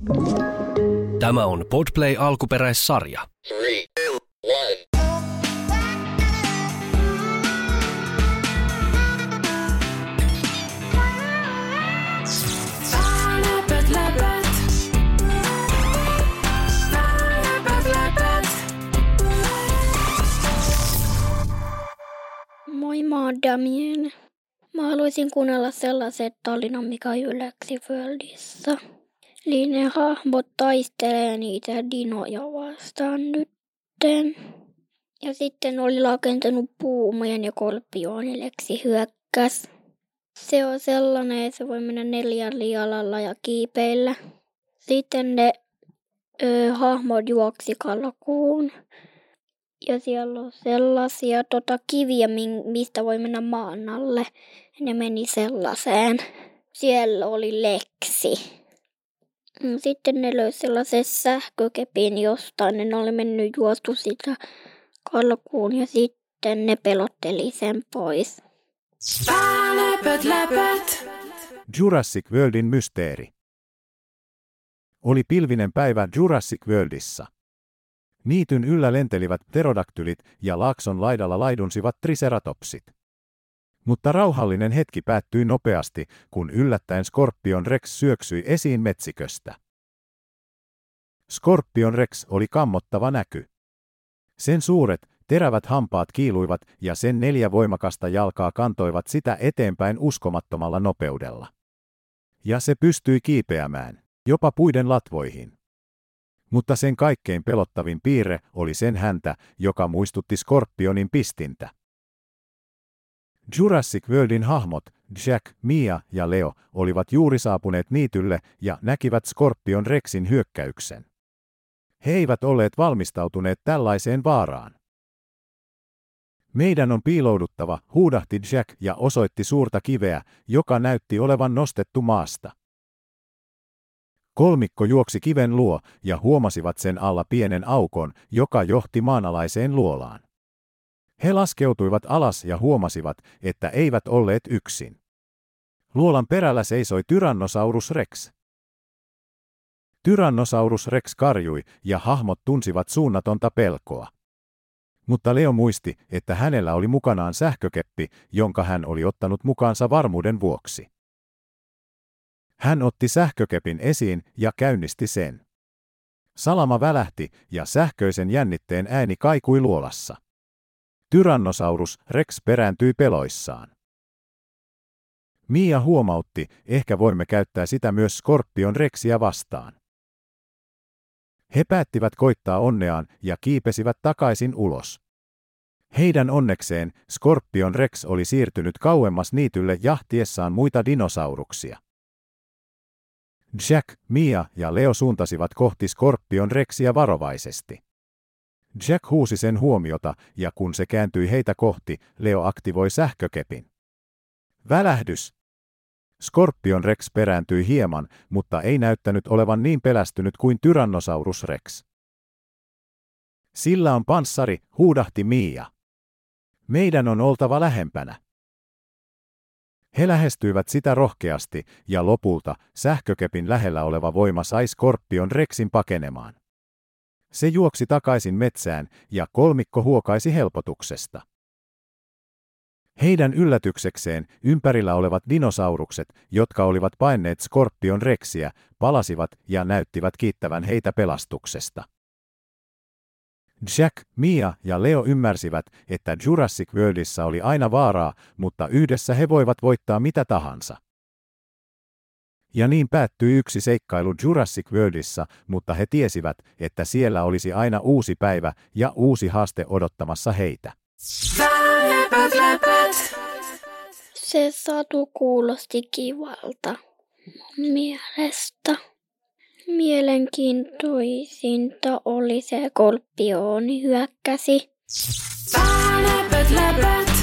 Tämä on Podplay alkuperäissarja. 3, 2, 1. Moi, mä oon Damien. Mä haluaisin kuunnella sellaiset tarinan, mikä on Jurassic Worldissa. Eli ne hahmot taistelee niitä dinoja vastaan nytten. Ja sitten oli rakentanut puumien ja Skorpioniksi hyökkäs. Se on sellainen, että se voi mennä 4 jalalla ja kiipeillä. Sitten ne hahmot juoksi kalkuun. Ja siellä on sellaisia kiviä, mistä voi mennä maan alle. Ne meni sellaiseen. Siellä oli Leksi. Sitten ne löysi sellaisen sähkökepin jostain. Ne oli mennyt juostu sitä kalkuun ja sitten ne pelotteli sen pois. Jurassic Worldin mysteeri. Oli pilvinen päivä Jurassic Worldissa. Niityn yllä lentelivät pterodaktylit ja laakson laidalla laidunsivat triceratopsit. Mutta rauhallinen hetki päättyi nopeasti, kun yllättäen Skorpion Rex syöksyi esiin metsiköstä. Skorpion Rex oli kammottava näky. Sen suuret, terävät hampaat kiiluivat ja sen 4 voimakasta jalkaa kantoivat sitä eteenpäin uskomattomalla nopeudella. Ja se pystyi kiipeämään, jopa puiden latvoihin. Mutta sen kaikkein pelottavin piirre oli sen häntä, joka muistutti Skorpionin pistintä. Jurassic Worldin hahmot, Jack, Mia ja Leo, olivat juuri saapuneet niitylle ja näkivät Skorpion Rexin hyökkäyksen. He eivät olleet valmistautuneet tällaiseen vaaraan. Meidän on piilouduttava, huudahti Jack ja osoitti suurta kiveä, joka näytti olevan nostettu maasta. Kolmikko juoksi kiven luo ja huomasivat sen alla pienen aukon, joka johti maanalaiseen luolaan. He laskeutuivat alas ja huomasivat, että eivät olleet yksin. Luolan perällä seisoi Tyrannosaurus Rex. Tyrannosaurus Rex karjui ja hahmot tunsivat suunnatonta pelkoa. Mutta Leo muisti, että hänellä oli mukanaan sähkökeppi, jonka hän oli ottanut mukaansa varmuuden vuoksi. Hän otti sähkökepin esiin ja käynnisti sen. Salama välähti ja sähköisen jännitteen ääni kaikui luolassa. Tyrannosaurus Rex perääntyi peloissaan. Mia huomautti, ehkä voimme käyttää sitä myös Skorpion Rexia vastaan. He päättivät koittaa onneaan ja kiipesivät takaisin ulos. Heidän onnekseen Skorpion Rex oli siirtynyt kauemmas niitylle jahtiessaan muita dinosauruksia. Jack, Mia ja Leo suuntasivat kohti Skorpion Rexia varovaisesti. Jack huusi sen huomiota ja kun se kääntyi heitä kohti, Leo aktivoi sähkökepin. Välähdys! Skorpion Rex perääntyi hieman, mutta ei näyttänyt olevan niin pelästynyt kuin Tyrannosaurus Rex. Sillä on panssari, huudahti Mia. Meidän on oltava lähempänä. He lähestyivät sitä rohkeasti ja lopulta sähkökepin lähellä oleva voima sai Skorpion Rexin pakenemaan. Se juoksi takaisin metsään ja kolmikko huokaisi helpotuksesta. Heidän yllätyksekseen ympärillä olevat dinosaurukset, jotka olivat paenneet Skorpion Rexiä, palasivat ja näyttivät kiittävän heitä pelastuksesta. Jack, Mia ja Leo ymmärsivät, että Jurassic Worldissa oli aina vaaraa, mutta yhdessä he voivat voittaa mitä tahansa. Ja niin päättyi yksi seikkailu Jurassic Worldissa, mutta he tiesivät, että siellä olisi aina uusi päivä ja uusi haaste odottamassa heitä. Se satu kuulosti kivalta mielestä. Mielenkiintoisinta oli se Skorpioni hyökkäsi.